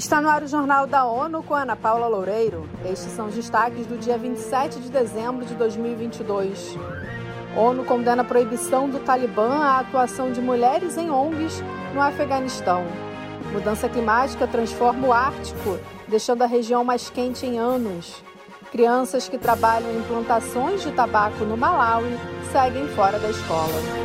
Está no ar o Jornal da ONU com Ana Paula Loureiro. Estes são os destaques do dia 27 de dezembro de 2022. ONU condena a proibição do Talibã à atuação de mulheres em ONGs no Afeganistão. Mudança climática transforma o Ártico, deixando a região mais quente em anos. Crianças que trabalham em plantações de tabaco no Malawi seguem fora da escola.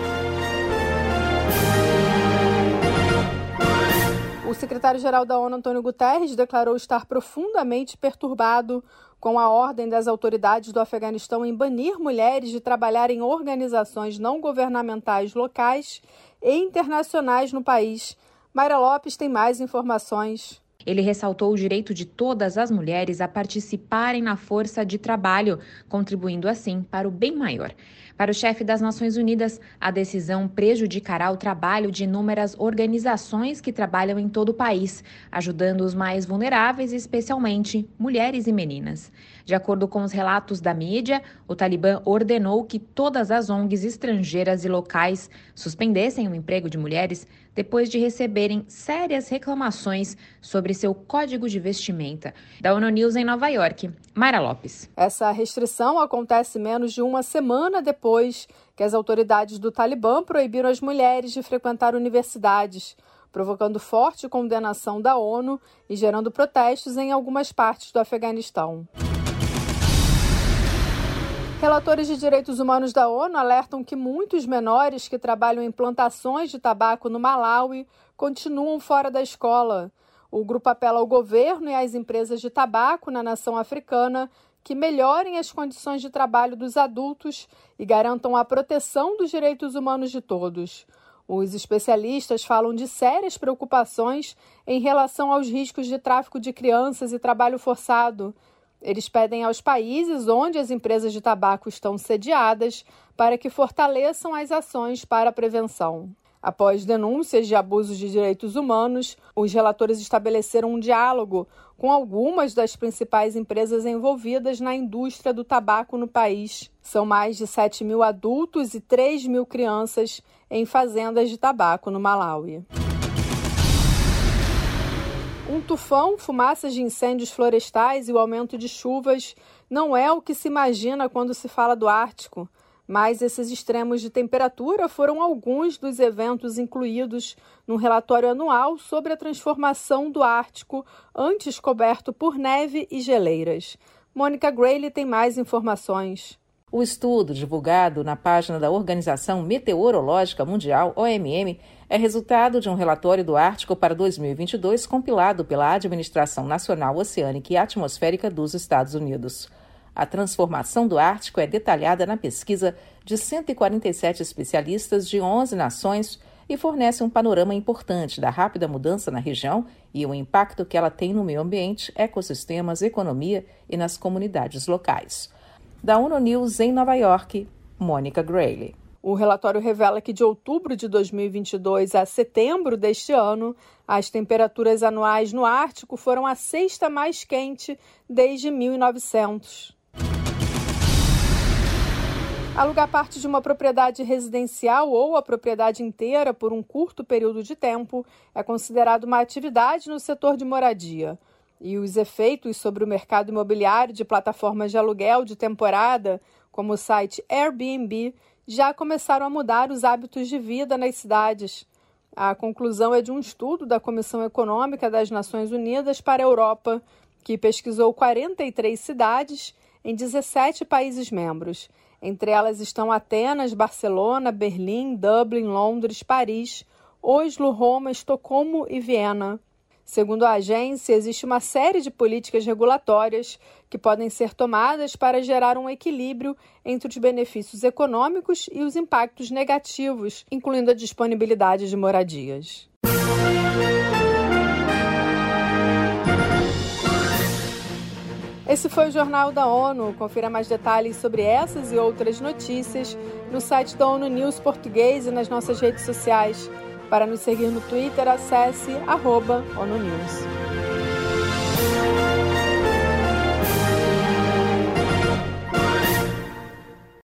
O secretário-geral da ONU, Antônio Guterres, declarou estar profundamente perturbado com a ordem das autoridades do Afeganistão em banir mulheres de trabalhar em organizações não governamentais locais e internacionais no país. Mayra Lopes tem mais informações. Ele ressaltou o direito de todas as mulheres a participarem na força de trabalho, contribuindo assim para o bem maior. Para o chefe das Nações Unidas, a decisão prejudicará o trabalho de inúmeras organizações que trabalham em todo o país, ajudando os mais vulneráveis, especialmente mulheres e meninas. De acordo com os relatos da mídia, o Talibã ordenou que todas as ONGs estrangeiras e locais suspendessem o emprego de mulheres depois de receberem sérias reclamações sobre seu código de vestimenta. Da ONU News em Nova York, Mayra Lopes. Essa restrição acontece menos de uma semana depois que as autoridades do Talibã proibiram as mulheres de frequentar universidades, provocando forte condenação da ONU e gerando protestos em algumas partes do Afeganistão. Relatores de direitos humanos da ONU alertam que muitos menores que trabalham em plantações de tabaco no Malawi continuam fora da escola. O grupo apela ao governo e às empresas de tabaco na nação africana que melhorem as condições de trabalho dos adultos e garantam a proteção dos direitos humanos de todos. Os especialistas falam de sérias preocupações em relação aos riscos de tráfico de crianças e trabalho forçado. Eles pedem aos países onde as empresas de tabaco estão sediadas para que fortaleçam as ações para a prevenção. Após denúncias de abusos de direitos humanos, os relatores estabeleceram um diálogo com algumas das principais empresas envolvidas na indústria do tabaco no país. São mais de 7 mil adultos e 3 mil crianças em fazendas de tabaco no Malawi. Um tufão, fumaças de incêndios florestais e o aumento de chuvas não é o que se imagina quando se fala do Ártico, mas esses extremos de temperatura foram alguns dos eventos incluídos no relatório anual sobre a transformação do Ártico, antes coberto por neve e geleiras. Mônica Grayle tem mais informações. O estudo, divulgado na página da Organização Meteorológica Mundial, OMM, é resultado de um relatório do Ártico para 2022 compilado pela Administração Nacional Oceânica e Atmosférica dos Estados Unidos. A transformação do Ártico é detalhada na pesquisa de 147 especialistas de 11 nações e fornece um panorama importante da rápida mudança na região e o impacto que ela tem no meio ambiente, ecossistemas, economia e nas comunidades locais. Da ONU News em Nova York, Mônica Grayle. O relatório revela que de outubro de 2022 a setembro deste ano, as temperaturas anuais no Ártico foram a sexta mais quente desde 1900. Alugar parte de uma propriedade residencial ou a propriedade inteira por um curto período de tempo é considerado uma atividade no setor de moradia. E os efeitos sobre o mercado imobiliário de plataformas de aluguel de temporada, como o site Airbnb, já começaram a mudar os hábitos de vida nas cidades. A conclusão é de um estudo da Comissão Econômica das Nações Unidas para a Europa, que pesquisou 43 cidades em 17 países membros. Entre elas estão Atenas, Barcelona, Berlim, Dublin, Londres, Paris, Oslo, Roma, Estocolmo e Viena. Segundo a agência, existe uma série de políticas regulatórias que podem ser tomadas para gerar um equilíbrio entre os benefícios econômicos e os impactos negativos, incluindo a disponibilidade de moradias. Esse foi o Jornal da ONU. Confira mais detalhes sobre essas e outras notícias no site da ONU News Português e nas nossas redes sociais. Para nos seguir no Twitter, acesse @ONUNews.